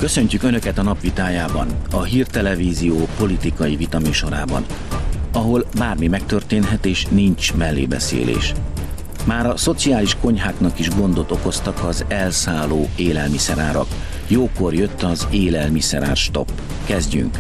Köszöntjük Önöket a napvitájában, a Hírtelevízió politikai vitaműsorában, ahol bármi megtörténhet és nincs mellébeszélés. Már a szociális konyháknak is gondot okoztak az elszálló élelmiszerárak. Jókor jött az élelmiszerár stop. Kezdjünk!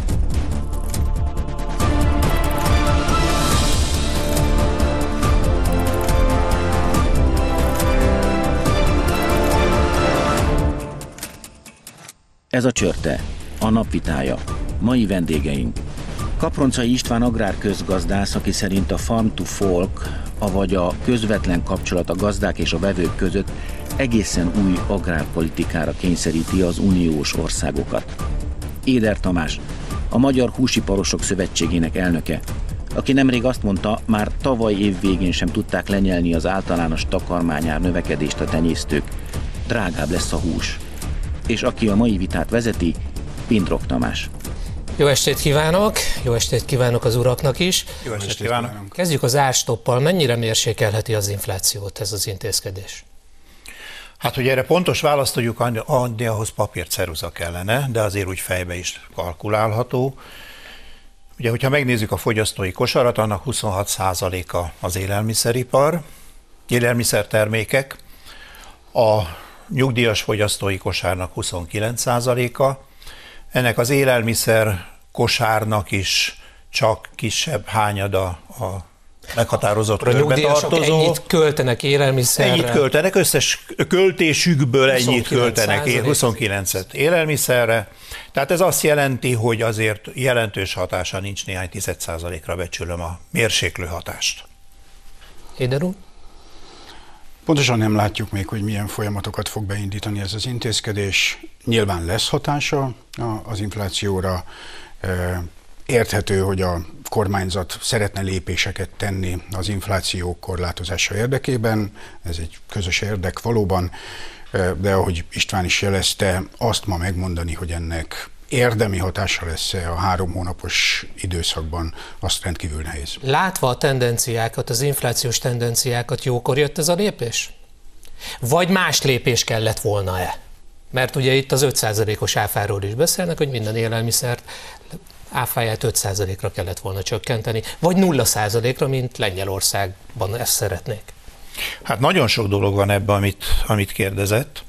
Ez a Csörte, a napvitája. Mai vendégeink. Kaproncai István agrárközgazdász, aki szerint a Farm to Fork, avagy a közvetlen kapcsolat a gazdák és a vevők között egészen új agrárpolitikára kényszeríti az uniós országokat. Éder Tamás, a Magyar Húsiparosok Szövetségének elnöke, aki nemrég azt mondta, már tavaly év végén sem tudták lenyelni az általános takarmányár növekedést a tenyésztők, drágább lesz a hús. És aki a mai vitát vezeti, Pindrok Tamás. Jó estét kívánok! Jó estét kívánok az uraknak is! Jó estét kívánok! Kezdjük az árstoppal. Mennyire mérsékelheti az inflációt ez az intézkedés? Hát, hogy erre pontos választ tudjuk adni, ahhoz papírceruza kellene, de azért úgy fejbe is kalkulálható. Ugye, hogyha megnézzük a fogyasztói kosarat, annak 26%-a az élelmiszeripar, élelmiszertermékek, a nyugdíjas fogyasztói kosárnak 29%-a, ennek az élelmiszer kosárnak is csak kisebb hányada a meghatározott körbe tartozó. Ennyit költenek élelmiszerre? Ennyit költenek, összes költésükből ennyit költenek, 29-et élelmiszerre. Tehát ez azt jelenti, hogy azért jelentős hatása nincs, néhány 10%-ra becsülöm a mérséklő hatást. Éder úr? Pontosan nem látjuk még, hogy milyen folyamatokat fog beindítani ez az intézkedés. Nyilván lesz hatása az inflációra. Érthető, hogy a kormányzat szeretne lépéseket tenni az infláció korlátozása érdekében. Ez egy közös érdek valóban, de ahogy István is jelezte, azt ma megmondani, hogy ennek érdemi hatása lesz a 3 hónapos időszakban, azt rendkívül nehéz. Látva a tendenciákat, az inflációs tendenciákat, jókor jött ez a lépés? Vagy más lépés kellett volna-e? Mert ugye itt az 5%-os áfáról is beszélnek, hogy minden élelmiszert áfáját 5%-ra kellett volna csökkenteni, vagy 0%-ra, mint Lengyelországban ezt szeretnék. Hát nagyon sok dolog van ebben, amit kérdezett.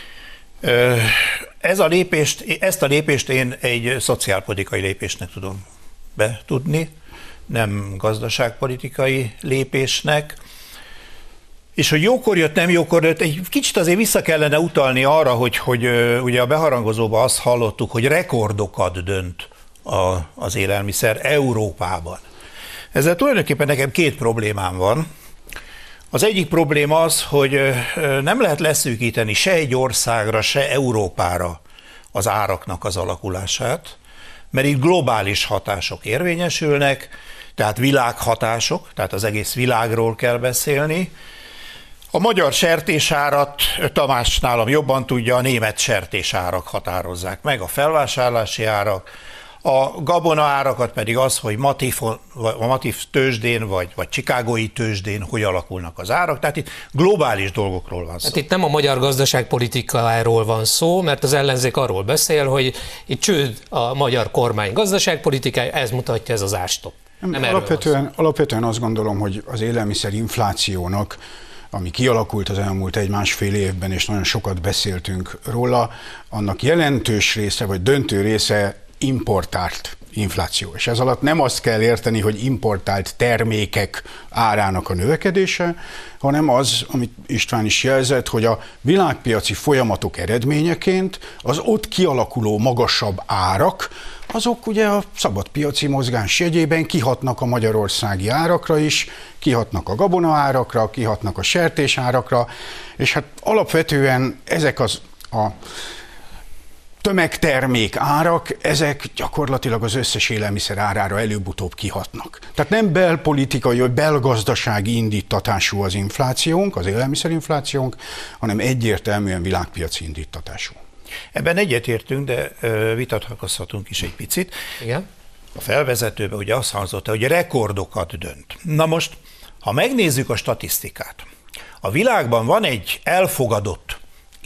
Ezt a lépést én egy szociálpolitikai lépésnek tudom betudni, nem gazdaságpolitikai lépésnek. És hogy jókor jött, nem jókor jött, egy kicsit azért vissza kellene utalni arra, hogy ugye a beharangozóban azt hallottuk, hogy rekordokat dönt az élelmiszer Európában. Ezzel tulajdonképpen nekem 2 problémám van. Az egyik probléma az, hogy nem lehet leszűkíteni se egy országra, se Európára az áraknak az alakulását, mert itt globális hatások érvényesülnek, tehát világhatások, tehát az egész világról kell beszélni. A magyar sertésárat Tamás nálam jobban tudja, a német sertésárak határozzák meg, a felvásárlási árak, a gabona árakat pedig az, hogy Matif tőzsdén vagy chicagói tőzsdén hogy alakulnak az árak, tehát itt globális dolgokról van szó. Hát itt nem a magyar gazdaságpolitikáról van szó, mert az ellenzék arról beszél, hogy itt csőd a magyar kormány gazdaságpolitikája, ez mutatja ez az árstopp. Alapvetően azt gondolom, hogy az élelmiszerinflációnak, ami kialakult az elmúlt 1-1,5 évben, és nagyon sokat beszéltünk róla, annak jelentős része, vagy döntő része importált infláció. És ez alatt nem azt kell érteni, hogy importált termékek árának a növekedése, hanem az, amit István is jelzett, hogy a világpiaci folyamatok eredményeként az ott kialakuló magasabb árak, azok ugye a szabadpiaci mozgás jegyében kihatnak a magyarországi árakra is, kihatnak a gabona árakra, kihatnak a sertés árakra, és hát alapvetően ezek a tömegtermék árak, ezek gyakorlatilag az összes élelmiszer árára előbb-utóbb kihatnak. Tehát nem belpolitikai vagy belgazdasági indítatású az inflációnk, az élelmiszerinflációnk, hanem egyértelműen világpiaci indítatású. Ebben egyetértünk, de vitatkozhatunk is egy picit. Igen? A felvezetőben ugye azt hangzott, hogy rekordokat dönt. Na most, ha megnézzük a statisztikát, a világban van egy elfogadott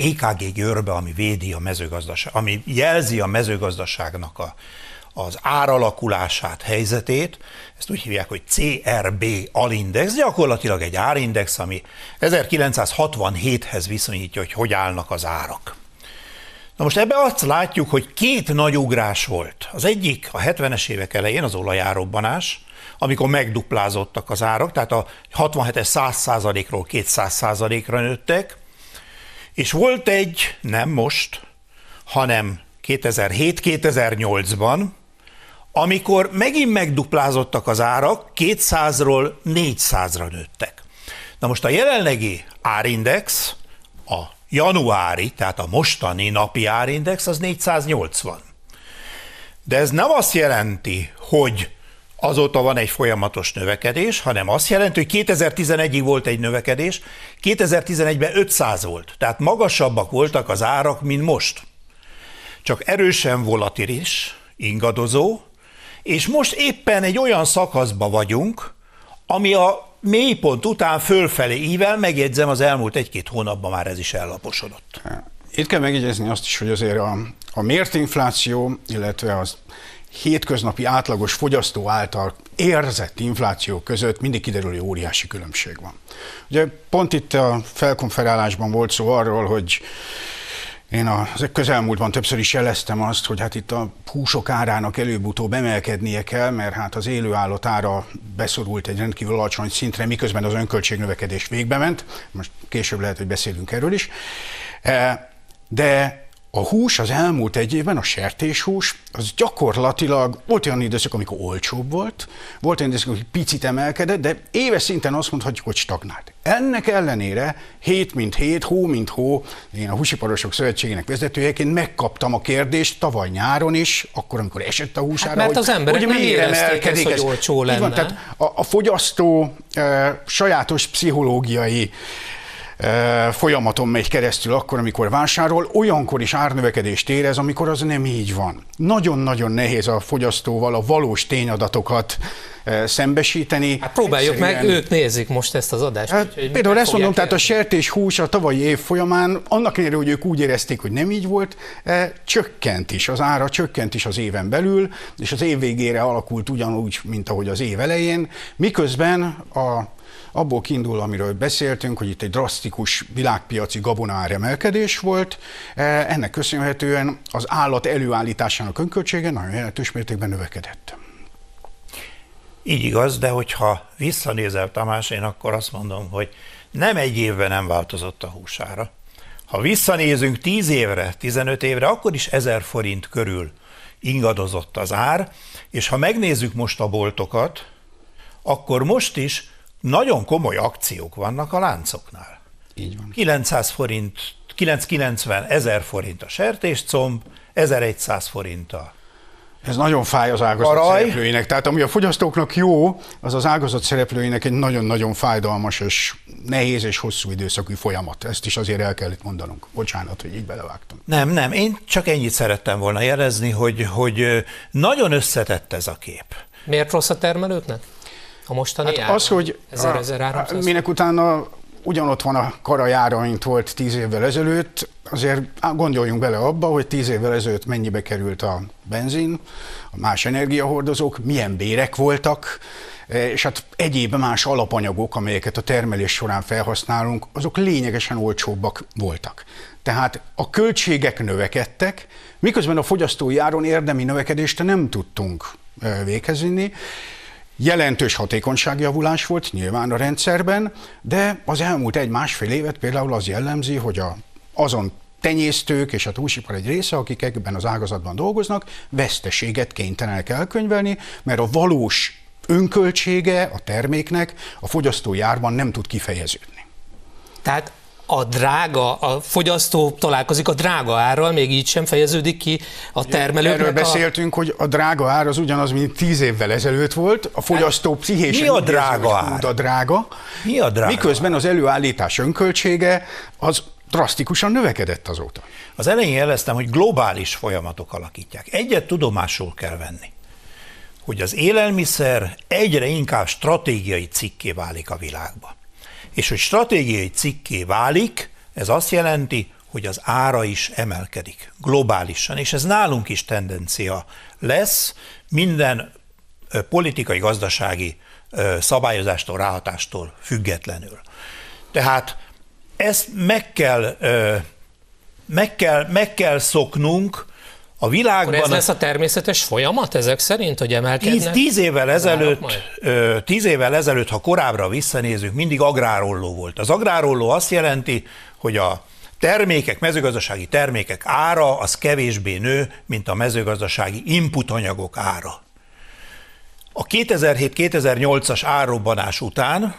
EKG görbe, ami védi a mezőgazdaság, ami jelzi a mezőgazdaságnak az áralakulását, helyzetét, ezt úgy hívják, hogy CRB alindex, gyakorlatilag egy árindex, ami 1967-hez viszonyítja, hogy állnak az árak. Na most ebben azt látjuk, hogy két nagy ugrás volt. Az egyik a 70-es évek elején az olajárrobbanás, amikor megduplázottak az árak, tehát a 67-es 100%-ról 200%-ra nőttek, és volt egy, nem most, hanem 2007-2008-ban, amikor megint megduplázottak az árak, 200-ról 400-ra nőttek. Na most a jelenlegi árindex, a januári, tehát a mostani napi árindex az 480. De ez nem azt jelenti, hogy azóta van egy folyamatos növekedés, hanem azt jelenti, hogy 2011-ig volt egy növekedés, 2011-ben 500 volt, tehát magasabbak voltak az árak, mint most. Csak erősen volatilis, ingadozó, és most éppen egy olyan szakaszban vagyunk, ami a mélypont után fölfelé ível, megjegyzem, az elmúlt egy-két hónapban már ez is ellaposodott. Itt kell megjegyezni azt is, hogy azért a mért infláció, illetve az hétköznapi átlagos fogyasztó által érzett infláció között mindig kiderül, hogy óriási különbség van. Ugye pont itt a felkonferálásban volt szó arról, hogy én a közelmúltban többször is jeleztem azt, hogy hát itt a húsok árának előbb-utóbb emelkednie kell, mert hát az élőállat ára beszorult egy rendkívül alacsony szintre, miközben az önköltségnövekedés végbe ment. Most később lehet, hogy beszélünk erről is. De a hús az elmúlt egy évben, a sertéshús, az gyakorlatilag volt olyan időszak, amikor olcsóbb volt olyan időszak, amikor picit emelkedett, de éves szinten azt mondhatjuk, hogy stagnált. Ennek ellenére hét mint hét, hó mint hó, én a Húsiparosok Szövetségének vezetőjeként megkaptam a kérdést tavaly nyáron is, akkor, amikor esett a húsára, mert az emberek nem érezték ezt, hogy olcsó lenne. Van, tehát a fogyasztó sajátos pszichológiai folyamaton megy keresztül akkor, amikor vásárol, olyankor is árnövekedést érez, amikor az nem így van. Nagyon-nagyon nehéz a fogyasztóval a valós tényadatokat szembesíteni. Hát próbáljuk meg, ők nézik most ezt az adást. Hát, például ezt mondom, tehát a sertéshús a tavalyi év folyamán, annak ellenére, hogy ők úgy érezték, hogy nem így volt, csökkent is, az ára csökkent is az éven belül, és az év végére alakult ugyanúgy, mint ahogy az év elején, miközben abból kiindul, amiről beszéltünk, hogy itt egy drasztikus világpiaci gabonár emelkedés volt, ennek köszönhetően az állat előállításának önköltsége nagyon jelentős mértékben növekedett. Így igaz, de hogyha visszanézel, Tamás, én akkor azt mondom, hogy nem egy évben nem változott a húsára. Ha visszanézünk 10 évre, 15 évre, akkor is 1000 forint körül ingadozott az ár, és ha megnézzük most a boltokat, akkor most is nagyon komoly akciók vannak a láncoknál. Így van. 900 forint, 990 1000 forint a sertéscomb, 1100 forint a Ez nagyon fáj az ágazat szereplőinek. Tehát ami a fogyasztóknak jó, az az ágazat szereplőinek egy nagyon-nagyon fájdalmas és nehéz és hosszú időszakú folyamat. Ezt is azért el kell itt mondanunk. Bocsánat, hogy így belevágtam. Nem, én csak ennyit szerettem volna jelezni, hogy nagyon összetett ez a kép. Miért rossz a termelőknek? A mostani hát az, hogy minek utána ugyanott van a karajára, mint volt 10 évvel ezelőtt, azért gondoljunk bele abba, hogy 10 évvel ezelőtt mennyibe került a benzin, a más energiahordozók, milyen bérek voltak, és hát egyéb más alapanyagok, amelyeket a termelés során felhasználunk, azok lényegesen olcsóbbak voltak. Tehát a költségek növekedtek, miközben a fogyasztói áron érdemi növekedést nem tudtunk véghez vinni. Jelentős hatékonyságjavulás volt nyilván a rendszerben, de az elmúlt 1-1,5 évet például az jellemzi, hogy azon tenyésztők és a húsipar egy része, akik ebben az ágazatban dolgoznak, veszteséget kénytelenek elkönyvelni, mert a valós önköltsége a terméknek a fogyasztói árban nem tud kifejeződni. Tehát a fogyasztó találkozik a drága árral, még így sem fejeződik ki a termelőknek. Erről beszéltünk, hogy a drága ár az ugyanaz, mint 10 évvel ezelőtt volt, a fogyasztó pszichésen. Mi a drága ár? Drága. Mi a drága? Miközben az előállítás önköltsége az drasztikusan növekedett azóta. Az elején jeleztem, hogy globális folyamatok alakítják. Egyet tudomásul kell venni, hogy az élelmiszer egyre inkább stratégiai cikké válik a világban. És hogy stratégiai cikké válik, ez azt jelenti, hogy az ára is emelkedik globálisan, és ez nálunk is tendencia lesz minden politikai, gazdasági szabályozástól, ráhatástól függetlenül. Tehát ezt meg kell szoknunk a világban. Akkor ez lesz a természetes folyamat ezek szerint, hogy emelkednek? 10 évvel ezelőtt, ha korábbra visszanézünk, mindig agrárolló volt. Az agrárolló azt jelenti, hogy a termékek, mezőgazdasági termékek ára az kevésbé nő, mint a mezőgazdasági inputanyagok ára. A 2007-2008-as árrobbanás után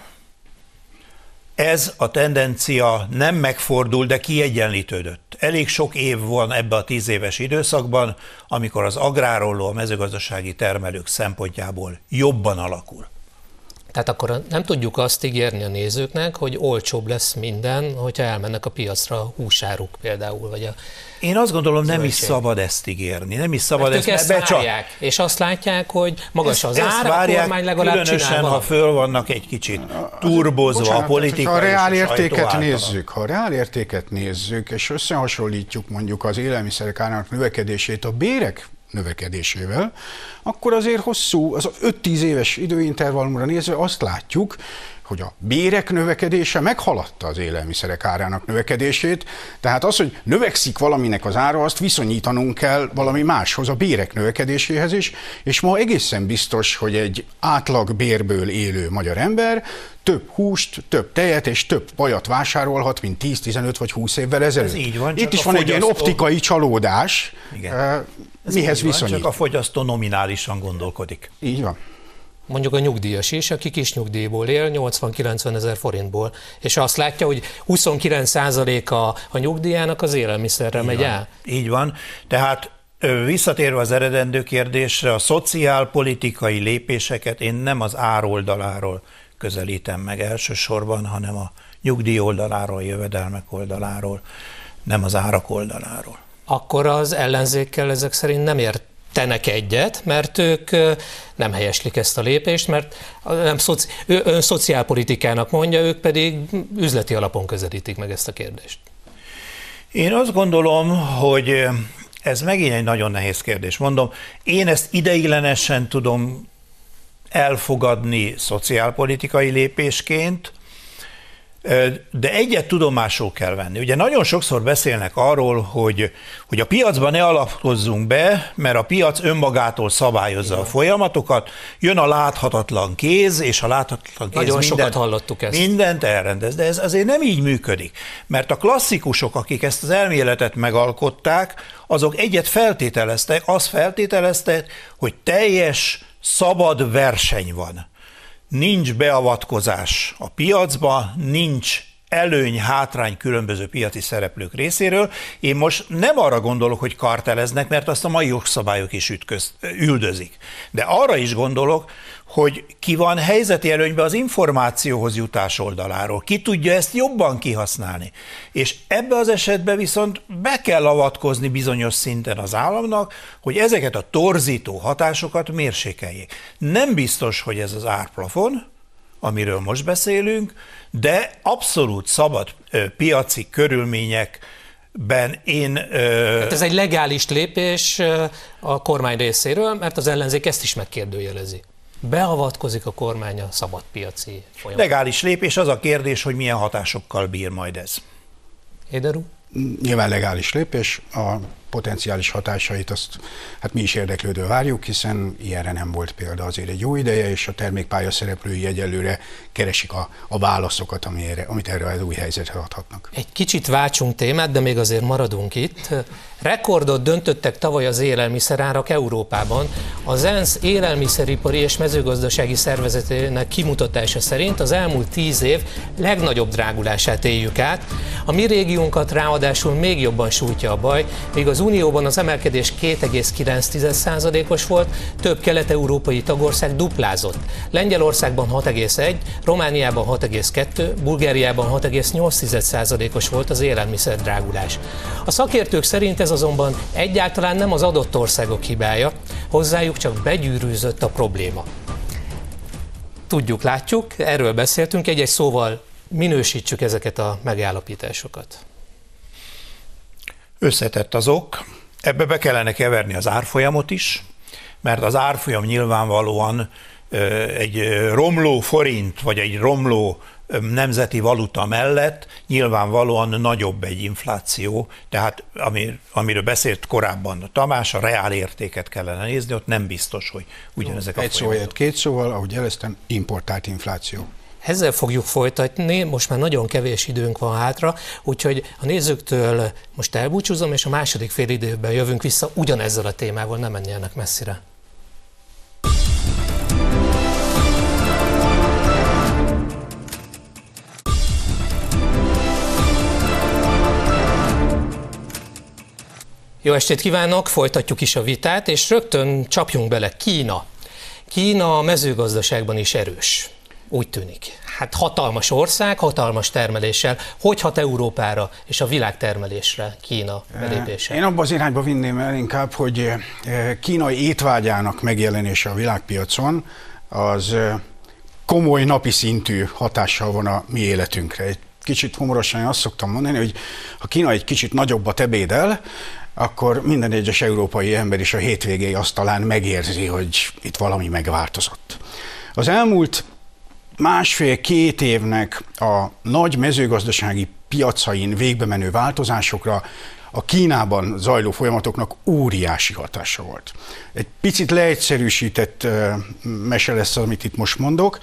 ez a tendencia nem megfordul, de kiegyenlítődött. Elég sok év van ebbe a 10 éves időszakban, amikor az agrárolló a mezőgazdasági termelők szempontjából jobban alakul. Tehát akkor nem tudjuk azt ígérni a nézőknek, hogy olcsóbb lesz minden, hogyha elmennek a piacra húsáruk például, vagy a... Én azt gondolom, nem is szabad ezt ígérni. Nem is szabad ezt várják, és azt látják, hogy magas az ár, a kormány legalább különösen, ha föl vannak egy kicsit turbozva a politika. Ha a reál értéket nézzük, és összehasonlítjuk mondjuk az élelmiszerek árának növekedését a bérek növekedésével, akkor azért hosszú, az 5-10 éves időintervallumra nézve azt látjuk, hogy a bérek növekedése meghaladta az élelmiszerek árának növekedését, tehát az, hogy növekszik valaminek az ára, azt viszonyítanunk kell valami máshoz, a bérek növekedéséhez is, és ma egészen biztos, hogy egy átlag bérből élő magyar ember több húst, több tejet és több vajat vásárolhat, mint 10, 15 vagy 20 évvel ezelőtt. Ez így van, itt is van egy ilyen optikai csalódás, mihez viszonyít. Csak a fogyasztó nominálisan gondolkodik. Így van. Mondjuk a nyugdíjas is, aki kis nyugdíjból él, 80-90 ezer forintból, és azt látja, hogy 29% a nyugdíjának az élelmiszerre megy el. Így van. Tehát visszatérve az eredendő kérdésre, a szociálpolitikai lépéseket én nem az ár oldaláról közelítem meg elsősorban, hanem a nyugdíj oldaláról, jövedelmek oldaláról, nem az árak oldaláról. Akkor az ellenzékkel ezek szerint nem értenek egyet, mert ők nem helyeslik ezt a lépést, mert nem szociálpolitikának mondja, ők pedig üzleti alapon közelítik meg ezt a kérdést. Én azt gondolom, hogy ez megint egy nagyon nehéz kérdés. Mondom, én ezt ideiglenesen tudom elfogadni szociálpolitikai lépésként, de egyet tudomásul kell venni. Ugye nagyon sokszor beszélnek arról, hogy a piacban ne alapkozzunk be, mert a piac önmagától szabályozza a folyamatokat, jön a láthatatlan kéz, és a láthatatlan kéz nagyon sokat hallottuk ezt. Mindent elrendez. De ez azért nem így működik, mert a klasszikusok, akik ezt az elméletet megalkották, azok egyet feltételeztek, azt feltételeztek, hogy teljes szabad verseny van. Nincs beavatkozás a piacba, nincs előny, hátrány különböző piaci szereplők részéről. Én most nem arra gondolok, hogy karteleznek, mert azt a mai jogszabályok is üldözik. De arra is gondolok, hogy ki van helyzeti előnyben az információhoz jutás oldaláról. Ki tudja ezt jobban kihasználni. És ebbe az esetben viszont be kell avatkozni bizonyos szinten az államnak, hogy ezeket a torzító hatásokat mérsékeljék. Nem biztos, hogy ez az árplafon, amiről most beszélünk, de abszolút szabad piaci körülményekben Hát ez egy legális lépés a kormány részéről, mert az ellenzék ezt is megkérdőjelezi. Beavatkozik a kormány a szabad piaci folyamatban. Legális lépés, az a kérdés, hogy milyen hatásokkal bír majd ez. Éder úr? Nyilván legális lépés, a potenciális hatásait azt hát mi is érdeklődő várjuk, hiszen ilyenre nem volt példa azért egy jó ideje, és a termékpálya szereplői egyelőre keresik a válaszokat, amit erre az új helyzetre adhatnak. Egy kicsit váltsunk témát, de még azért maradunk itt. Rekordot döntöttek tavaly az élelmiszerárak Európában. Az ENSZ élelmiszeripari és mezőgazdasági szervezetének kimutatása szerint az elmúlt 10 év legnagyobb drágulását éljük át. A mi régiónkat ráadásul még jobban sújtja a baj, míg az Unióban az emelkedés 2,9%-os volt, több kelet-európai tagország duplázott. Lengyelországban 6,1, Romániában 6,2, Bulgáriában 6,8%-os volt az élelmiszer drágulás. A szakértők szerint ez azonban egyáltalán nem az adott országok hibája, hozzájuk csak begyűrűzött a probléma. Tudjuk, látjuk, erről beszéltünk, egy-egy szóval minősítsük ezeket a megállapításokat. Összetett az ok, ebbe be kellene keverni az árfolyamot is, mert az árfolyam nyilvánvalóan egy romló forint, vagy egy romló nemzeti valuta mellett nyilvánvalóan nagyobb egy infláció, tehát amiről beszélt korábban Tamás, a reál értéket kellene nézni, ott nem biztos, hogy ugyanezek a folyamatok. Egy szó, két szóval, ahogy jeleztem, importált infláció. Ezzel fogjuk folytatni, most már nagyon kevés időnk van hátra, úgyhogy a nézőktől most elbúcsúzom, és a második fél időben jövünk vissza ugyanezzel a témával, nem menjenek messzire. Jó estét kívánok, folytatjuk is a vitát, és rögtön csapjunk bele. Kína. Kína a mezőgazdaságban is erős, úgy tűnik. Hát hatalmas ország, hatalmas termeléssel. Hogy hat Európára és a világtermelésre Kína belépése? Én abban az irányba vinném el inkább, hogy kínai étvágyának megjelenése a világpiacon az komoly napi szintű hatással van a mi életünkre. Egy kicsit humorosan azt szoktam mondani, hogy ha Kína egy kicsit nagyobbat ebédel, akkor minden egyes európai ember is a hétvégéi asztalán megérzi, hogy itt valami megváltozott. Az elmúlt másfél-két évnek a nagy mezőgazdasági piacain végbe menő változásokra a Kínában zajló folyamatoknak óriási hatása volt. Egy picit leegyszerűsített mese lesz, amit itt most mondok.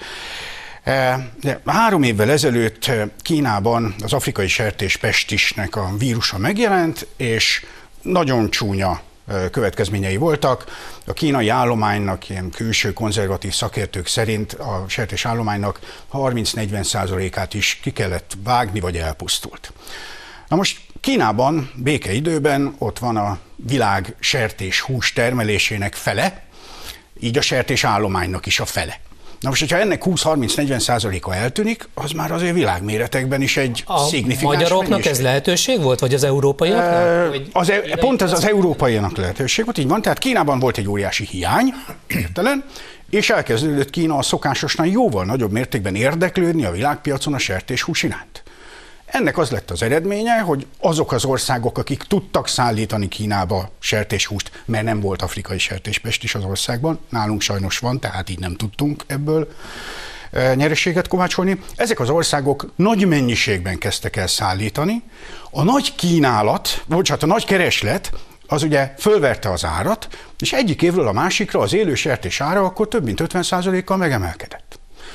3 évvel ezelőtt Kínában az afrikai sertéspestisnek a vírusa megjelent, és nagyon csúnya következményei voltak. A kínai állománynak, ilyen külső konzervatív szakértők szerint a sertés állománynak 30-40%-át is ki kellett vágni, vagy elpusztult. Na most Kínában békeidőben ott van a világ sertés hús termelésének fele, így a sertés állománynak is a fele. Na most, hogyha ennek 20-30-40%-a eltűnik, az már azért világméretekben is egy szignifikáns magyaroknak mennyiség. Ez lehetőség volt, vagy az európaiaknak? Pont ez az európaiaknak lehetőség volt, így van. Tehát Kínában volt egy óriási hiány, értelen, és elkezdődött Kína a szokásosnál jóval nagyobb mértékben érdeklődni a világpiacon a sertéshús iránt. Ennek az lett az eredménye, hogy azok az országok, akik tudtak szállítani Kínába sertéshúst, mert nem volt afrikai sertéspest is az országban, nálunk sajnos van, tehát így nem tudtunk ebből nyereséget kovácsolni. Ezek az országok nagy mennyiségben kezdtek el szállítani. A nagy kínálat, a nagy kereslet, az ugye fölverte az árat, és egyik évről a másikra az élő sertés ára akkor több mint 50%-kal megemelkedett.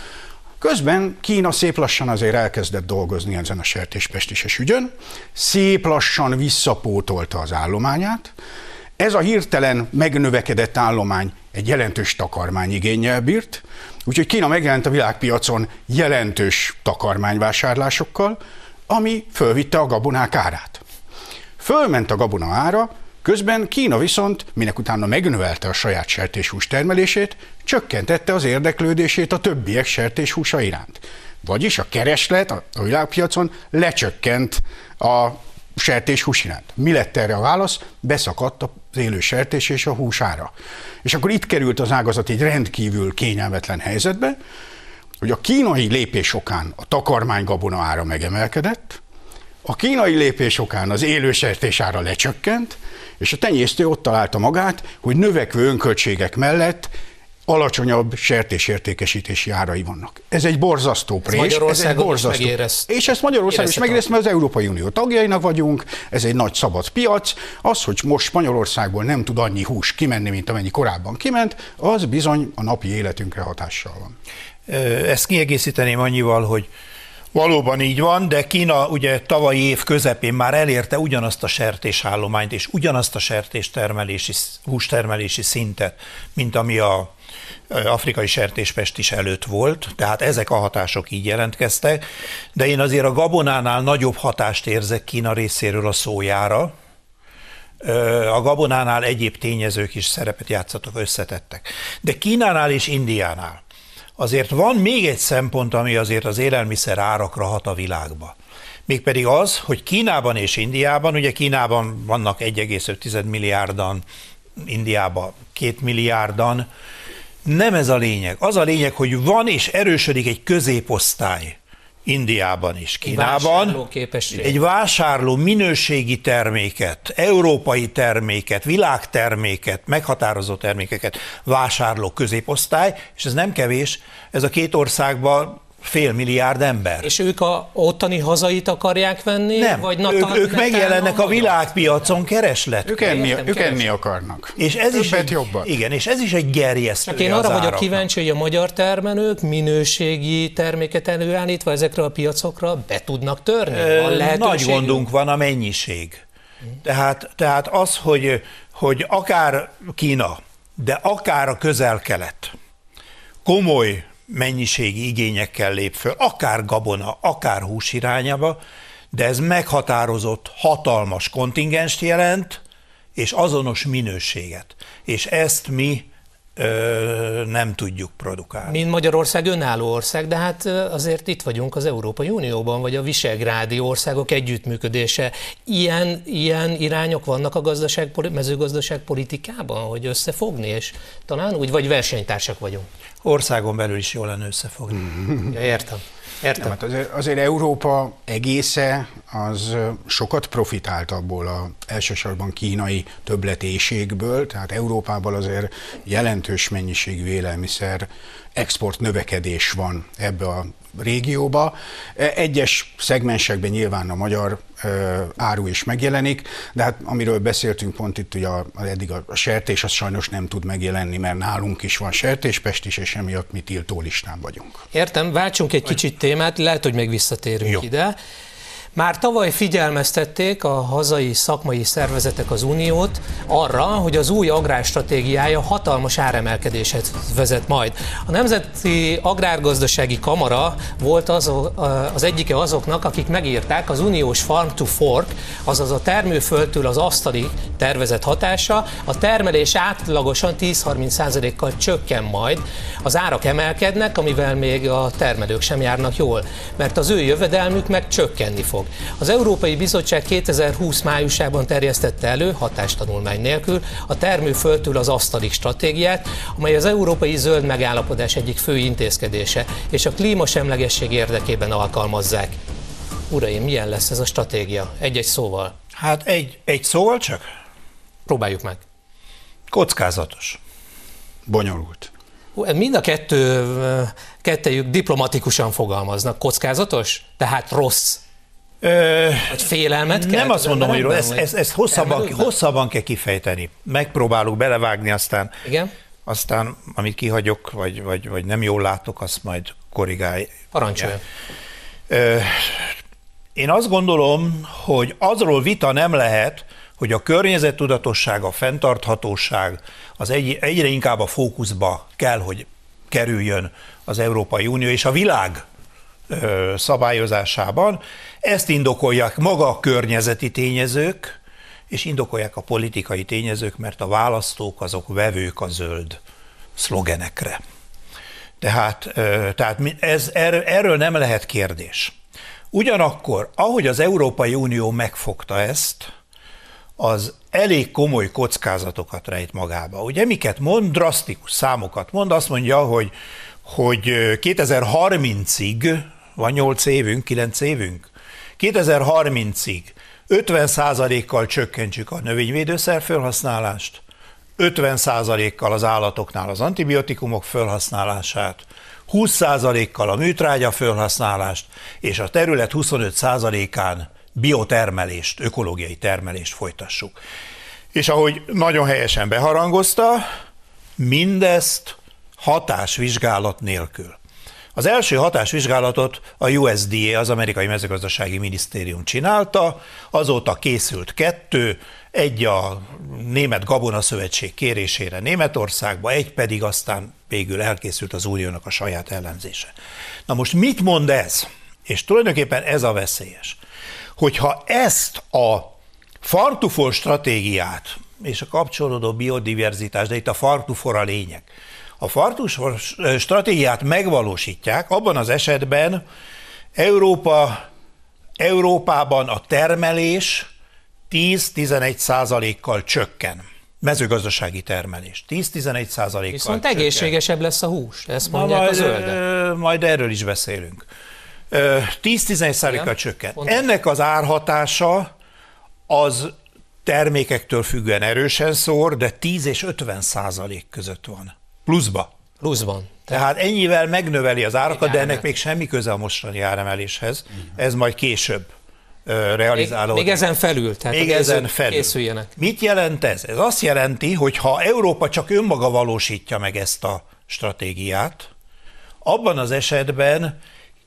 Közben Kína szép lassan azért elkezdett dolgozni ezen a sertéspestises ügyön, szép lassan visszapótolta az állományát. Ez a hirtelen megnövekedett állomány egy jelentős takarmányigénnyel bírt, úgyhogy Kína megjelent a világpiacon jelentős takarmányvásárlásokkal, ami fölvitte a gabonák árát. Fölment a gabona ára, közben Kína viszont, minek utána megnövelte a saját sertéshús termelését, csökkentette az érdeklődését a többiek sertéshúsa iránt. Vagyis a kereslet a világpiacon lecsökkent a sertéshús iránt. Mi lett erre a válasz? Beszakadt az élő sertés és a hús ára. És akkor itt került az ágazat egy rendkívül kényelmetlen helyzetbe, hogy a kínai lépés okán a takarmánygabona ára megemelkedett, a kínai lépés okán az élő sertés ára lecsökkent, és a tenyésztő ott találta magát, hogy növekvő önköltségek mellett alacsonyabb sertésértékesítési árai vannak. Ez egy borzasztó prés, ez egy borzasztó. És ezt Magyarország is megérezte, mert az Európai Unió tagjainak vagyunk, ez egy nagy szabad piac. Az, hogy most Spanyolországból nem tud annyi hús kimenni, mint amennyi korábban kiment, az bizony a napi életünkre hatással van. Ezt kiegészíteném annyival, hogy valóban így van, de Kína ugye tavalyi év közepén már elérte ugyanazt a sertésállományt és ugyanazt a hústermelési szintet, mint ami a afrikai sertéspestis előtt volt, tehát ezek a hatások így jelentkeztek, de én azért a gabonánál nagyobb hatást érzek Kína részéről a szójára. A gabonánál egyéb tényezők is szerepet játszottak, összetettek. De Kínánál és Indiánál azért van még egy szempont, ami azért az élelmiszer árakra hat a világba. Mégpedig az, hogy Kínában és Indiában, ugye Kínában vannak 1,5 milliárdan, Indiában 2 milliárdan, nem ez a lényeg. Az a lényeg, hogy van és erősödik egy középosztály Indiában és Kínában egy vásárló minőségi terméket, európai terméket, világterméket, meghatározó termékeket vásárló középosztály, és ez nem kevés, ez a két országban 500 milliárd ember. És ők a ottani hazait akarják venni? Nem, vagy ők megjelennek a világpiacon keresletkor. Ők enni akarnak. És ez is jobban. Igen, és ez is egy gerjesztője Csak én arra vagyok kíváncsi, hogy a magyar termelők minőségi terméket előállítva ezekre a piacokra be tudnak törni? Nagy gondunk van a mennyiség. Tehát az, hogy akár Kína, de akár a Közel-Kelet komoly mennyiségi igényekkel lép föl, akár gabona, akár hús irányába, de ez meghatározott, hatalmas kontingenst jelent, és azonos minőséget. És ezt mi nem tudjuk produkálni. Mint Magyarország önálló ország, de hát azért itt vagyunk az Európai Unióban, vagy a visegrádi országok együttműködése. Ilyen irányok vannak a mezőgazdaságpolitikában, hogy összefogni, és talán úgy, vagy versenytársak vagyunk? Országon belül is jól lenne összefogni. Ja, értem. Nem, hát azért Európa egésze az sokat profitált abból elsősorban kínai többletéségből, tehát Európában azért jelentős mennyiségű élelmiszer export növekedés van ebbe a régióba. Egyes szegmensekben nyilván a magyar áru is megjelenik, de hát amiről beszéltünk pont itt, ugye eddig a sertés az sajnos nem tud megjelenni, mert nálunk is van sertéspest is, és emiatt mi tiltólistán vagyunk. Értem, váltsunk egy kicsit témát, lehet, hogy még visszatérünk ide. Már tavaly figyelmeztették a hazai szakmai szervezetek az Uniót arra, hogy az új agrárstratégiája hatalmas áremelkedéshez vezet majd. A Nemzeti Agrárgazdasági Kamara volt az egyike azoknak, akik megírták az uniós Farm to Fork, azaz a termőföldtől az asztali tervezett hatása, a termelés átlagosan 10-30%-kal csökken majd, az árak emelkednek, amivel még a termelők sem járnak jól, mert az ő jövedelmük meg csökkenni fog. Az Európai Bizottság 2020 májusában terjesztette elő, hatástanulmány nélkül, a termőföldtől az asztalig stratégiát, amely az Európai Zöld Megállapodás egyik fő intézkedése, és a klímasemlegesség érdekében alkalmazzák. Uraim, milyen lesz ez a stratégia? Egy-egy szóval. Hát egy szóval csak? Próbáljuk meg. Kockázatos. Bonyolult. Mind a kettejük diplomatikusan fogalmaznak. Kockázatos? Tehát rossz. Vagy félelmet kell? Nem azt mondom, hogy rossz, ezt hosszabban kell kifejteni. Megpróbálok belevágni, aztán amit kihagyok, vagy nem jól látok, azt majd korrigálj. Parancsolja. Én azt gondolom, hogy azról vita nem lehet, hogy a környezettudatosság, a fenntarthatóság az egyre inkább a fókuszba kell, hogy kerüljön az Európai Unió és a világ szabályozásában. Ezt indokolják maga a környezeti tényezők, és indokolják a politikai tényezők, mert a választók azok vevők a zöld szlogenekre. Tehát erről nem lehet kérdés. Ugyanakkor, ahogy az Európai Unió megfogta ezt, az elég komoly kockázatokat rejt magába. Ugye miket mond? Drasztikus számokat mond. Azt mondja, hogy 2030-ig, van 8 évünk, 9 évünk, 2030-ig 50%-kal csökkentsük a növényvédőszer felhasználást, 50%-kal az állatoknál az antibiotikumok felhasználását, 20%-kal a műtrágya felhasználást, és a terület 25%-án biotermelést, ökológiai termelést folytassuk. És ahogy nagyon helyesen beharangozta, mindezt hatásvizsgálat nélkül. Az első hatásvizsgálatot a USDA, az Amerikai Mezőgazdasági Minisztérium csinálta, azóta készült 2, egy a Német Gabonaszövetség kérésére Németországba, egy pedig aztán végül elkészült az Uniónak a saját ellenzése. Na most mit mond ez? És tulajdonképpen ez a veszélyes. Hogyha ezt a Farm to Fork stratégiát és a kapcsolódó biodiverzitás, de itt a Farm to Fork a lényeg, a Farm to Fork stratégiát megvalósítják, abban az esetben Európában a termelés 10-11%-kal csökken. Mezőgazdasági termelés. 10-11%-kal Viszont egészségesebb lesz a hús, ezt mondják a zöldek. Majd erről is beszélünk. 10-11%-kal csökken. Ennek az árhatása az termékektől függően erősen szór, de 10 és 50% között van. Pluszban. Tehát ennyivel megnöveli az árakat, de ennek még semmi köze a mostani áremeléshez. Ez majd később realizálódik. Még ezen felül, tehát még ezen felül. Készüljenek. Mit jelent ez? Ez azt jelenti, hogy ha Európa csak önmaga valósítja meg ezt a stratégiát, abban az esetben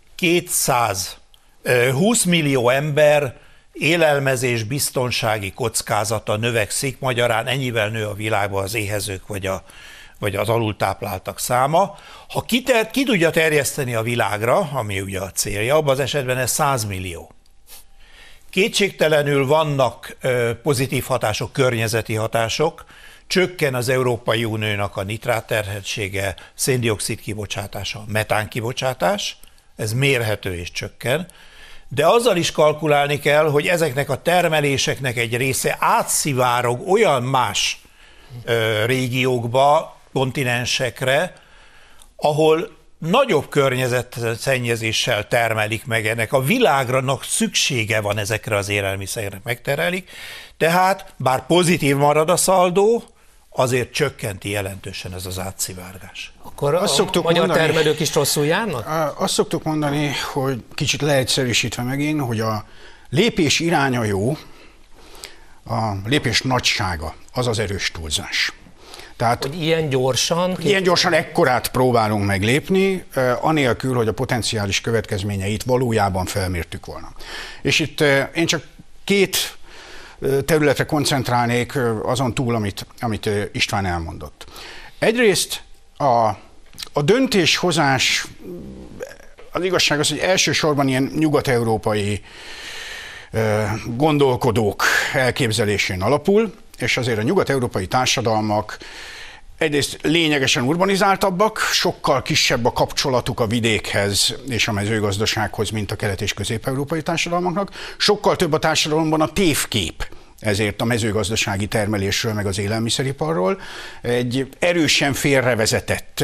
220 millió ember élelmezés biztonsági kockázata növekszik, magyarán ennyivel nő a világban az éhezők vagy az alultápláltak száma. Ha ki tudja terjeszteni a világra, ami ugye a célja, abban az esetben ez 100 millió. Kétségtelenül vannak pozitív hatások, környezeti hatások, csökken az Európai Uniónak a nitrátterheltsége, széndioxid kibocsátása, metán kibocsátás, ez mérhető és csökken, de azzal is kalkulálni kell, hogy ezeknek a termeléseknek egy része átszivárog olyan más régiókba, kontinensekre, ahol nagyobb környezetszennyezéssel termelik meg ennek. A világnak szüksége van ezekre az élelmiszerekre, megterelik, tehát bár pozitív marad a szaldó, azért csökkenti jelentősen ez az átszivárgás. Akkor a magyar termelők is rosszul járnak? Azt szoktuk mondani, hogy kicsit leegyszerűsítve megint, hogy a lépés iránya jó, a lépés nagysága, az az erős túlzás. Tehát, hogy ilyen gyorsan ekkorát próbálunk meglépni, anélkül, hogy a potenciális következményeit valójában felmértük volna. És itt én csak két területre koncentrálnék azon túl, amit István elmondott. Egyrészt a döntéshozás, az igazság az, hogy elsősorban ilyen nyugat-európai gondolkodók elképzelésén alapul, és azért a nyugat-európai társadalmak egyrészt lényegesen urbanizáltabbak, sokkal kisebb a kapcsolatuk a vidékhez és a mezőgazdasághoz, mint a kelet- és közép-európai társadalmaknak. Sokkal több a társadalomban a tévkép, ezért a mezőgazdasági termelésről, meg az élelmiszeriparról. Egy erősen félrevezetett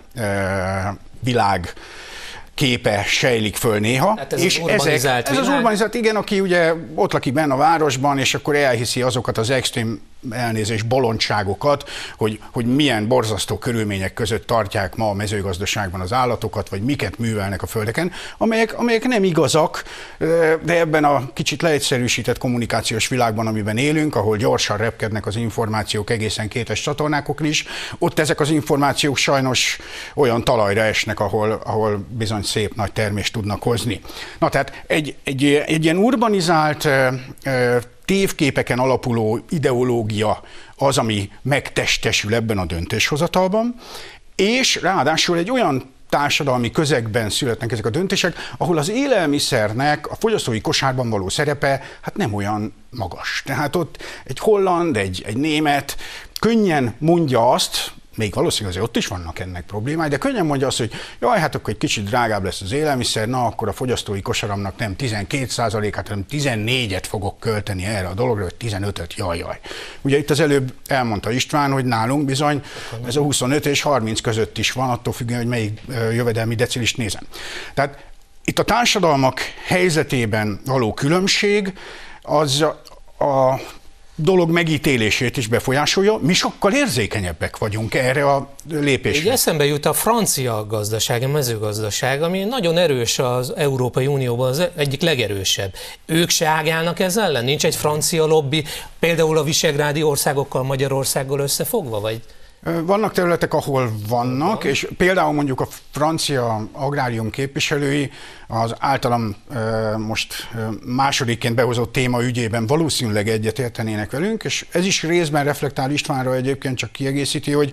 világ képe sejlik föl néha. Hát ez és ez az urbanizált, igen, aki ugye ott lakik benne a városban, és akkor elhiszi azokat az extrém elnézés bolondságokat, hogy milyen borzasztó körülmények között tartják ma a mezőgazdaságban az állatokat, vagy miket művelnek a földeken, amelyek nem igazak, de ebben a kicsit leegyszerűsített kommunikációs világban, amiben élünk, ahol gyorsan repkednek az információk egészen kétes csatornákon is, ott ezek az információk sajnos olyan talajra esnek, ahol bizony szép nagy termést tudnak hozni. Na tehát egy ilyen urbanizált tévképeken alapuló ideológia az, ami megtestesül ebben a döntéshozatalban, és ráadásul egy olyan társadalmi közegben születnek ezek a döntések, ahol az élelmiszernek a fogyasztói kosárban való szerepe hát nem olyan magas. Tehát ott egy holland, egy német könnyen mondja azt, még valószínűleg azért ott is vannak ennek problémái, de könnyen mondja azt, hogy jaj, hát akkor egy kicsit drágább lesz az élelmiszer, na akkor a fogyasztói kosaramnak nem 12%-át, hanem 14-et fogok költeni erre a dologra, vagy 15-öt, jaj. Ugye itt az előbb elmondta István, hogy nálunk bizony ez a 25 és 30 között is van, attól függően, hogy melyik jövedelmi decilist nézem. Tehát itt a társadalmak helyzetében való különbség az a dolog megítélését is befolyásolja, mi sokkal érzékenyebbek vagyunk erre a lépésre. Így eszembe jut a francia gazdaság, a mezőgazdaság, ami nagyon erős az Európai Unióban, az egyik legerősebb. Ők se ágálnak ez ellen? Nincs egy francia lobby, például a visegrádi országokkal, Magyarországgal összefogva, vagy? Vannak területek, ahol vannak, és például mondjuk a francia agrárium képviselői az általam most másodikként behozott téma ügyében valószínűleg egyetértenének velünk, és ez is részben reflektál Istvánra, egyébként csak kiegészíti, hogy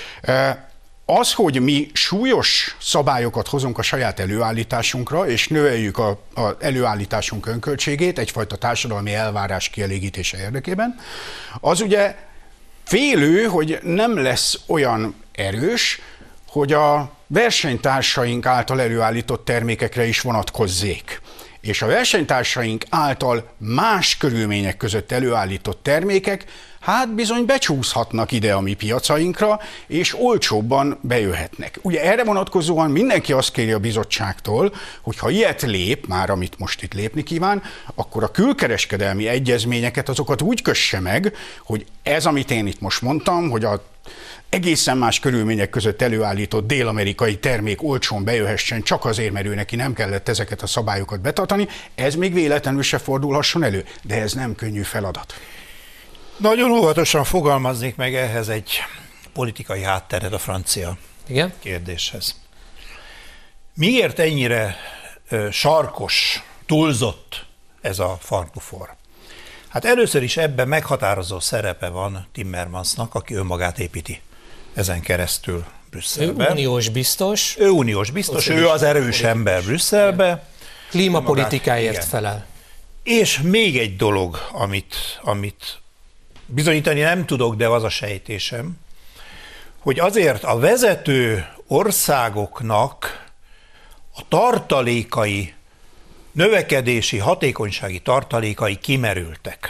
az, hogy mi súlyos szabályokat hozunk a saját előállításunkra, és növeljük az előállításunk önköltségét egyfajta társadalmi elvárás kielégítése érdekében, az ugye félő, hogy nem lesz olyan erős, hogy a versenytársaink által előállított termékekre is vonatkozzék. És a versenytársaink által más körülmények között előállított termékek, hát bizony becsúszhatnak ide a mi piacainkra, és olcsóbban bejöhetnek. Ugye erre vonatkozóan mindenki azt kéri a bizottságtól, hogy ha ilyet lép, már amit most itt lépni kíván, akkor a külkereskedelmi egyezményeket azokat úgy kösse meg, hogy ez, amit én itt most mondtam, hogy a egészen más körülmények között előállított dél-amerikai termék olcsón bejöhessen csak azért, mert ő neki nem kellett ezeket a szabályokat betartani, ez még véletlenül se fordulhasson elő, de ez nem könnyű feladat. Nagyon óvatosan fogalmaznék meg ehhez egy politikai hátteret a francia kérdéshez. Miért ennyire sarkos, túlzott ez a Farm to Fork? Hát először is ebben meghatározó szerepe van Timmermansnak, aki önmagát építi ezen keresztül Brüsszelben. Ő uniós biztos. Ő uniós biztos, ő az erős ember Brüsszelbe. Klímapolitikáért felel. És még egy dolog, amit bizonyítani nem tudok, de az a sejtésem, hogy azért a vezető országoknak a tartalékai, növekedési, hatékonysági tartalékai kimerültek.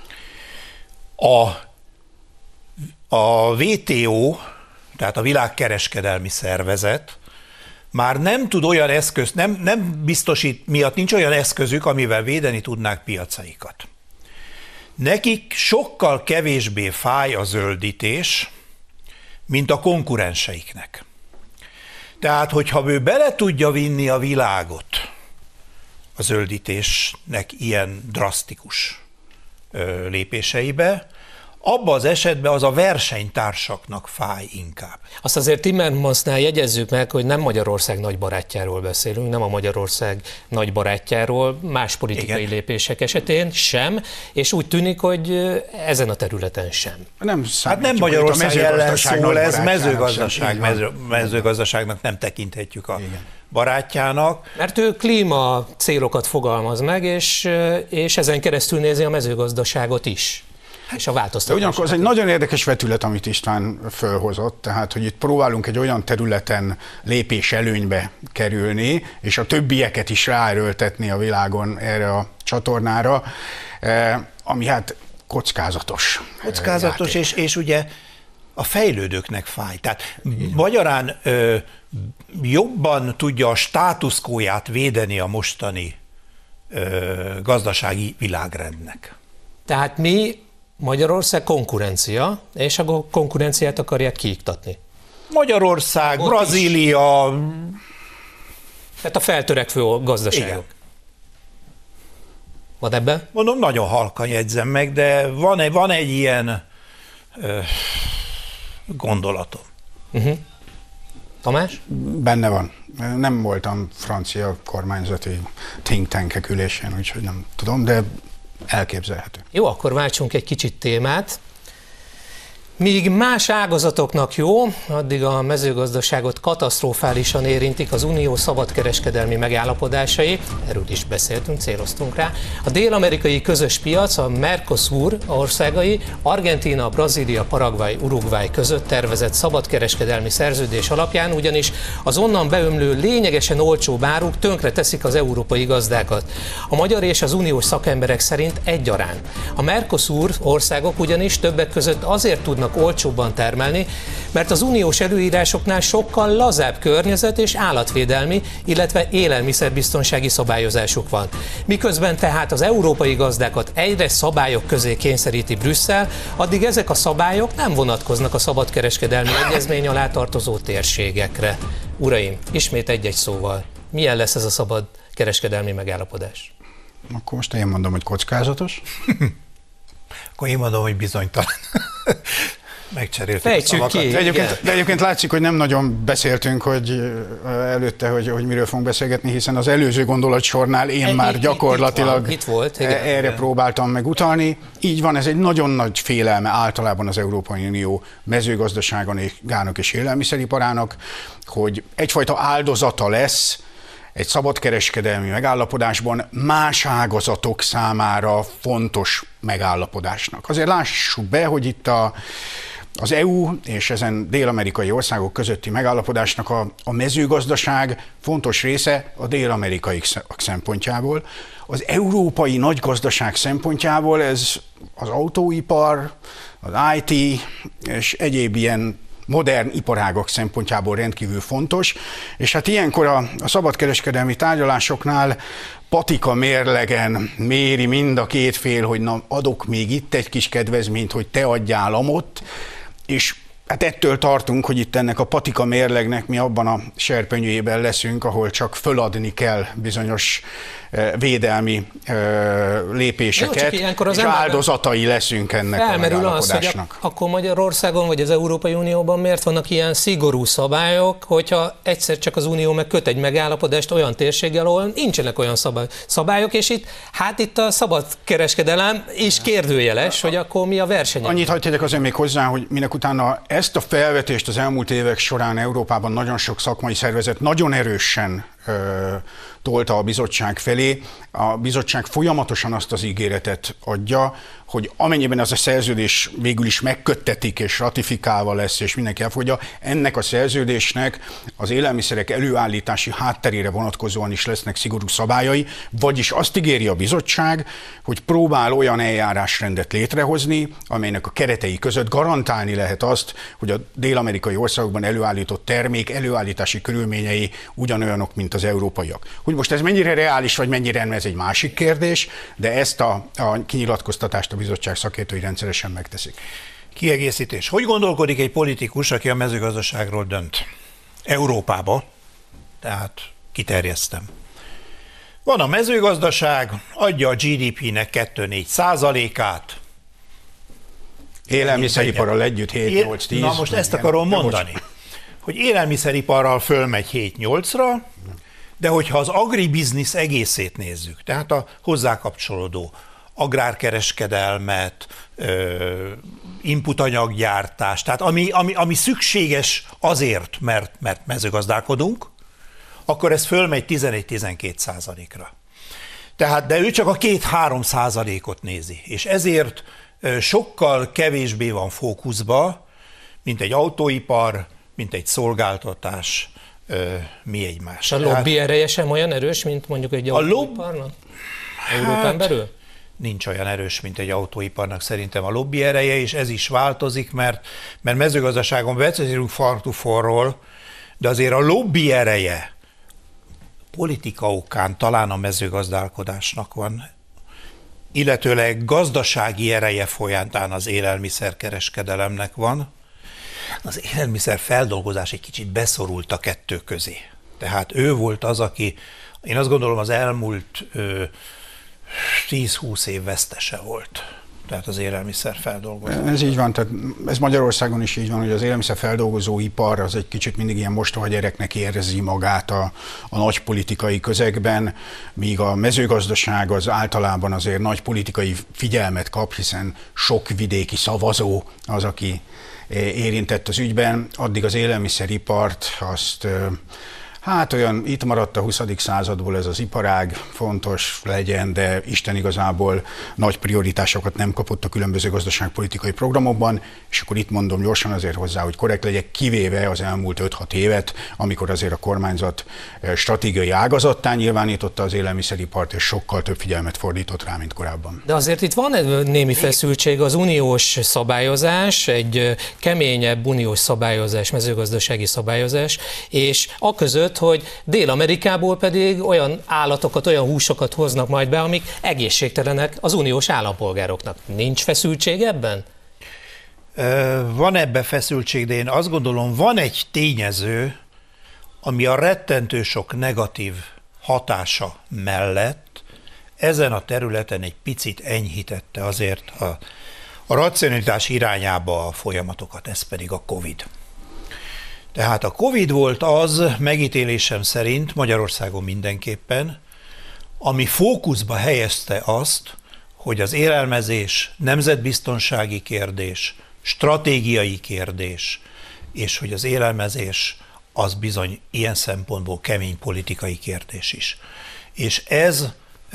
A WTO, tehát a Világkereskedelmi Szervezet már nem tud olyan eszközt, nem biztosít, miatt nincs olyan eszközük, amivel védeni tudnák piacaikat. Nekik sokkal kevésbé fáj a zöldítés, mint a konkurenseiknek. Tehát, hogyha ő bele tudja vinni a világot a zöldítésnek ilyen drasztikus lépéseibe, abban az esetben az a versenytársaknak fáj inkább. Azt azért Timmermansnál jegyezzük meg, hogy nem Magyarország nagy barátjáról beszélünk, nem a Magyarország nagy barátjáról, más politikai lépések esetén sem, és úgy tűnik, hogy ezen a területen sem. Nem Magyarország ellen szól, ez mezőgazdaságnak nem tekinthetjük a barátjának. Mert ő klíma célokat fogalmaz meg, és ezen keresztül nézi a mezőgazdaságot is. És a változtatás. Ugyanakkor az egy nagyon érdekes vetület, amit István fölhozott, tehát, hogy itt próbálunk egy olyan területen lépés előnybe kerülni, és a többieket is ráerőltetni a világon erre a csatornára, ami hát kockázatos. Kockázatos, és ugye a fejlődőknek fáj. Tehát magyarán jobban tudja a státuszkóját védeni a mostani gazdasági világrendnek. Tehát mi Magyarország konkurencia, és a konkurenciát akarják kiiktatni. Magyarország, ott Brazília. Tehát a feltörekvő gazdaságok. Igen. Van ebben? Mondom, nagyon halkan jegyzem meg, de van egy ilyen gondolatom. Tamás? Benne van. Nem voltam francia kormányzati think tankek ülésén, úgyhogy nem tudom, de elképzelhető. Jó, akkor váltsunk egy kicsit témát. Míg más ágazatoknak jó, addig a mezőgazdaságot katasztrofálisan érintik az unió szabadkereskedelmi megállapodásai, erről is beszéltünk, céloztunk rá. A dél-amerikai közös piac, a Mercosur országai, Argentína, Brazília, Paraguay, Uruguay között tervezett szabadkereskedelmi szerződés alapján, ugyanis az onnan beömlő lényegesen olcsóbb áruk tönkre teszik az európai gazdákat. A magyar és az uniós szakemberek szerint egyaránt. A Mercosur országok ugyanis többek között azért tudnak olcsóbban termelni, mert az uniós előírásoknál sokkal lazább környezet és állatvédelmi, illetve élelmiszerbiztonsági szabályozásuk van. Miközben tehát az európai gazdákat egyre szabályok közé kényszeríti Brüsszel, addig ezek a szabályok nem vonatkoznak a szabadkereskedelmi egyezmény alá tartozó térségekre. Uraim, ismét egy-egy szóval, milyen lesz ez a szabad kereskedelmi megállapodás? Akkor most én mondom, hogy kockázatos. Akkor én mondom, hogy bizonytalan. Megcseréltük a szavakat. De egyébként látszik, hogy nem nagyon beszéltünk előtte, hogy miről fogunk beszélgetni, hiszen az előző gondolatsornál én már gyakorlatilag itt volt, erre próbáltam meg utalni. Így van, ez egy nagyon nagy félelme általában az Európai Unió mezőgazdaságának és élelmiszeriparának, hogy egyfajta áldozata lesz egy szabadkereskedelmi megállapodásban más ágazatok számára fontos megállapodásnak. Azért lássuk be, hogy itt az EU és ezen dél-amerikai országok közötti megállapodásnak a mezőgazdaság fontos része a dél-amerikai szempontjából. Az európai nagygazdaság szempontjából ez az autóipar, az IT és egyéb ilyen modern iparágak szempontjából rendkívül fontos, és hát ilyenkor a szabadkereskedelmi tárgyalásoknál patika mérlegen méri mind a két fél, hogy na, adok még itt egy kis kedvezményt, hogy te adjál amott, és hát ettől tartunk, hogy itt ennek a patika mérlegnek mi abban a serpenyőjében leszünk, ahol csak föladni kell bizonyos védelmi lépéseket, jó, és áldozatai leszünk ennek a megállapodásnak. Az, hogy akkor Magyarországon vagy az Európai Unióban miért vannak ilyen szigorú szabályok, hogyha egyszer csak az Unió megköt egy megállapodást olyan térséggel, ahol nincsenek olyan szabályok, és itt a szabad kereskedelem is kérdőjeles, hogy akkor mi a verseny. Annyit hadd tegyek azért még hozzá, hogy minek utána ezt a felvetést az elmúlt évek során Európában nagyon sok szakmai szervezet nagyon erősen tolta a bizottság felé. A bizottság folyamatosan azt az ígéretet adja, hogy amennyiben az a szerződés végül is megköttetik és ratifikálva lesz, és mindenki elfogadja, ennek a szerződésnek az élelmiszerek előállítási hátterére vonatkozóan is lesznek szigorú szabályai, vagyis azt ígéri a bizottság, hogy próbál olyan eljárásrendet létrehozni, amelynek a keretei között garantálni lehet azt, hogy a dél-amerikai országokban előállított termék előállítási körülményei ugyanolyanok, mint az európaiak. Hogy most ez mennyire reális, vagy mennyire nem, ez egy másik kérdés, de ezt a kinyilatkoztatást a bizottság szakértői rendszeresen megteszik. Kiegészítés. Hogy gondolkodik egy politikus, aki a mezőgazdaságról dönt? Európába, tehát kiterjesztem. Van a mezőgazdaság, adja a GDP-nek 2-4%-át. Élelmiszeriparral együtt 7-8-10. Na most ezt akarom mondani, hogy élelmiszeriparral fölmegy 7-8-ra, de hogyha az agribiznisz egészét nézzük, tehát a hozzá kapcsolódó agrárkereskedelmet, inputanyaggyártást, tehát ami szükséges azért, mert mezőgazdálkodunk, akkor ez fölmegy 11-12%-ra. Tehát, de ő csak a 2-3%-ot nézi, és ezért sokkal kevésbé van fókuszba, mint egy autóipar, mint egy szolgáltatás, mi egymás. És a lobby ereje sem olyan erős, mint mondjuk egy autóiparnak? Európán belül? Nincs olyan erős, mint egy autóiparnak szerintem a lobby ereje, és ez is változik, mert mezőgazdaságon beszélünk farm to forról, de azért a lobby ereje politika okán talán a mezőgazdálkodásnak van, illetőleg gazdasági ereje folyamán az élelmiszerkereskedelemnek van. Az élelmiszer feldolgozás egy kicsit beszorult a kettő közé. Tehát ő volt az, aki, én azt gondolom, az elmúlt 10-20 év vesztese volt. Tehát az élelmiszer feldolgozó. Ez így van, tehát ez Magyarországon is így van, hogy az élelmiszer feldolgozó ipar az egy kicsit mindig ilyen mostoha gyereknek érzi magát a nagy politikai közegben, míg a mezőgazdaság az általában azért nagy politikai figyelmet kap, hiszen sok vidéki szavazó az, aki érintett az ügyben, addig az élelmiszeripart azt hát olyan itt maradt a 20. századból ez az iparág, fontos legyen, de Isten igazából nagy prioritásokat nem kapott a különböző gazdaságpolitikai programokban, és akkor itt mondom gyorsan azért hozzá, hogy korrekt legyek, kivéve az elmúlt 5-6 évet, amikor azért a kormányzat stratégiai ágazattá nyilvánította az élelmiszeripart, és sokkal több figyelmet fordított rá, mint korábban. De azért itt van egy némi feszültség, az uniós szabályozás, egy keményebb uniós szabályozás, mezőgazdasági szabályozás, és aközött, hogy Dél-Amerikából pedig olyan állatokat, olyan húsokat hoznak majd be, amik egészségtelenek az uniós állampolgároknak. Nincs feszültség ebben? Van ebben feszültség, de én azt gondolom, van egy tényező, ami a rettentő sok negatív hatása mellett ezen a területen egy picit enyhítette azért a racionalitás irányába a folyamatokat, ez pedig a Covid. Tehát a Covid volt az, megítélésem szerint, Magyarországon mindenképpen, ami fókuszba helyezte azt, hogy az élelmezés nemzetbiztonsági kérdés, stratégiai kérdés, és hogy az élelmezés az bizony ilyen szempontból kemény politikai kérdés is. És ez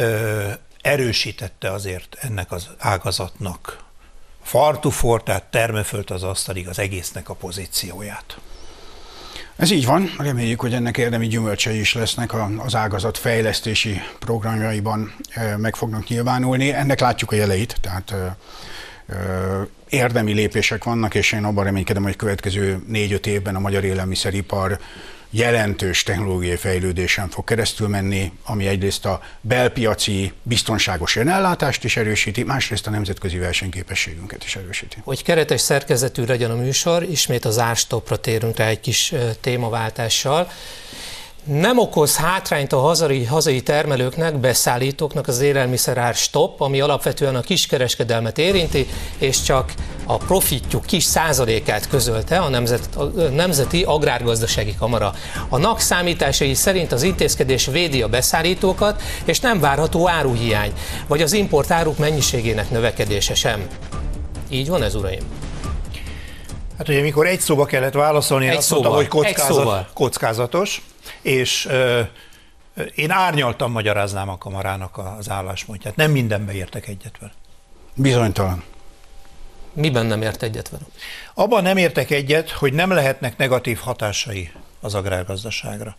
erősítette azért ennek az ágazatnak farm to fork, tehát termőföld az asztalig az egésznek a pozícióját. Ez így van, reméljük, hogy ennek érdemi gyümölcsei is lesznek, az ágazat fejlesztési programjaiban meg fognak nyilvánulni. Ennek látjuk a jeleit, tehát érdemi lépések vannak, és én abban reménykedem, hogy következő 4-5 évben a magyar élelmiszeripar jelentős technológiai fejlődésen fog keresztül menni, ami egyrészt a belpiaci biztonságos önellátást is erősíti, másrészt a nemzetközi versenyképességünket is erősíti. Hogy keretes szerkezetű legyen a műsor, ismét az árstoppra térünk rá egy kis témaváltással. Nem okoz hátrányt a hazai termelőknek, beszállítóknak az élelmiszerár stopp, ami alapvetően a kiskereskedelmet érinti, és csak a profitjuk kis százalékát közölte a Nemzeti Agrárgazdasági Kamara. A NAK számításai szerint az intézkedés védi a beszállítókat, és nem várható áruhiány, vagy az importáruk mennyiségének növekedése sem. Így van ez, uraim? Hát ugye, mikor egy szóba kellett válaszolni, én azt mondtam, hogy kockázatos, és én árnyaltan magyaráznám a kamarának az álláspontját. Nem mindenben értek egyet vele. Bizonytalan. Miben nem ért egyet vele? Abban nem értek egyet, hogy nem lehetnek negatív hatásai az agrárgazdaságra.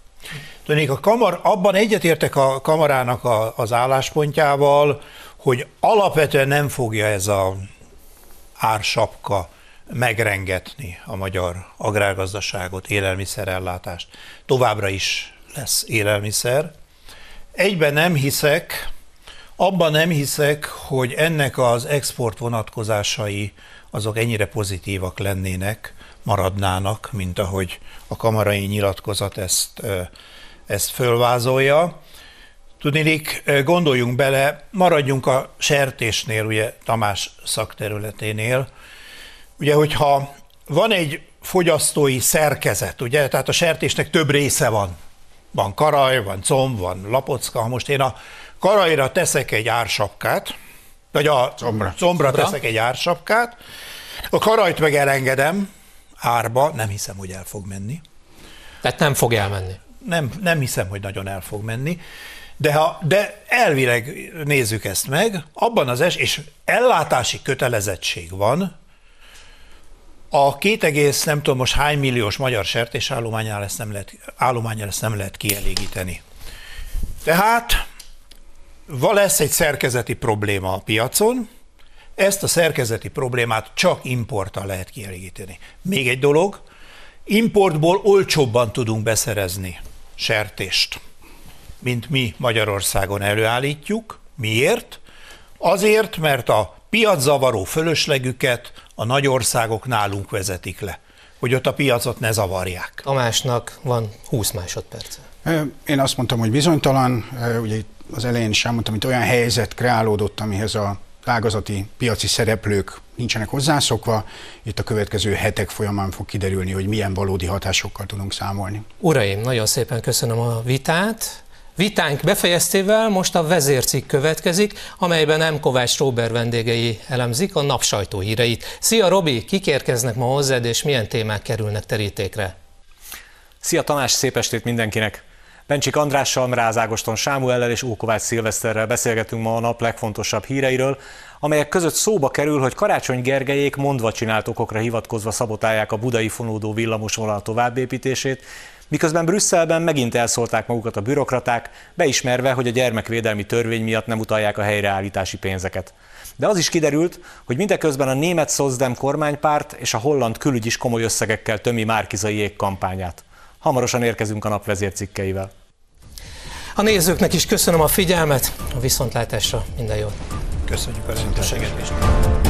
Abban egyetértek a kamarának az álláspontjával, hogy alapvetően nem fogja ez az ársapka megrengetni a magyar agrárgazdaságot, élelmiszerellátást. Továbbra is lesz élelmiszer. Egyben nem hiszek, abban nem hiszek, hogy ennek az export vonatkozásai azok ennyire pozitívak lennének, maradnának, mint ahogy a kamarai nyilatkozat ezt fölvázolja. Tudniillik, gondoljunk bele, maradjunk a sertésnél, ugye Tamás szakterületénél. Ugye, hogyha van egy fogyasztói szerkezet, ugye, tehát a sertésnek több része van. Van karaj, van comb, van lapocka. Ha most én a karajra teszek egy ársapkát, vagy a combra teszek egy ársapkát, a karajt meg elengedem árba, nem hiszem, hogy el fog menni. Tehát nem fog elmenni. Nem hiszem, hogy nagyon el fog menni. De elvileg nézzük ezt meg, abban az és ellátási kötelezettség van, a 2, nem tudom most hány milliós magyar sertésállománnyal ezt nem lehet kielégíteni. Tehát lesz egy szerkezeti probléma a piacon, ezt a szerkezeti problémát csak importtal lehet kielégíteni. Még egy dolog, importból olcsóbban tudunk beszerezni sertést, mint mi Magyarországon előállítjuk. Miért? Azért, mert a piaczavaró fölöslegüket a nagy országok nálunk vezetik le, hogy ott a piacot ne zavarják. Tamásnak van 20 másodperce. Én azt mondtam, hogy bizonytalan, ugye az elején is elmondtam, hogy olyan helyzet kreálódott, amihez a ágazati piaci szereplők nincsenek hozzászokva. Itt a következő hetek folyamán fog kiderülni, hogy milyen valódi hatásokkal tudunk számolni. Uraim, nagyon szépen köszönöm a vitát. Vitánk befejeztével most a vezércikk következik, amelyben M. Kovács Róbert vendégei elemzik a nap sajtóhíreit. Szia Robi, kik érkeznek ma hozzád, és milyen témák kerülnek terítékre? Szia Tamás, szép estét mindenkinek! Bencsik Andrással, Mráz Ágoston Sámuellel és Ókovács Szilveszterrel beszélgetünk ma a nap legfontosabb híreiről, amelyek között szóba kerül, hogy Karácsony Gergelyék mondva csinált okokra hivatkozva szabotálják a budai fonódó villamosvonal továbbépítését, miközben Brüsszelben megint elszólták magukat a bürokraták, beismerve, hogy a gyermekvédelmi törvény miatt nem utalják a helyreállítási pénzeket. De az is kiderült, hogy mindeközben a német Szozdem kormánypárt és a holland külügy is komoly összegekkel tömi Márki-Zayék kampányát. Hamarosan érkezünk a nap vezércikkeivel. A nézőknek is köszönöm a figyelmet, a viszontlátásra minden jót. Köszönjük a rendszerességedést.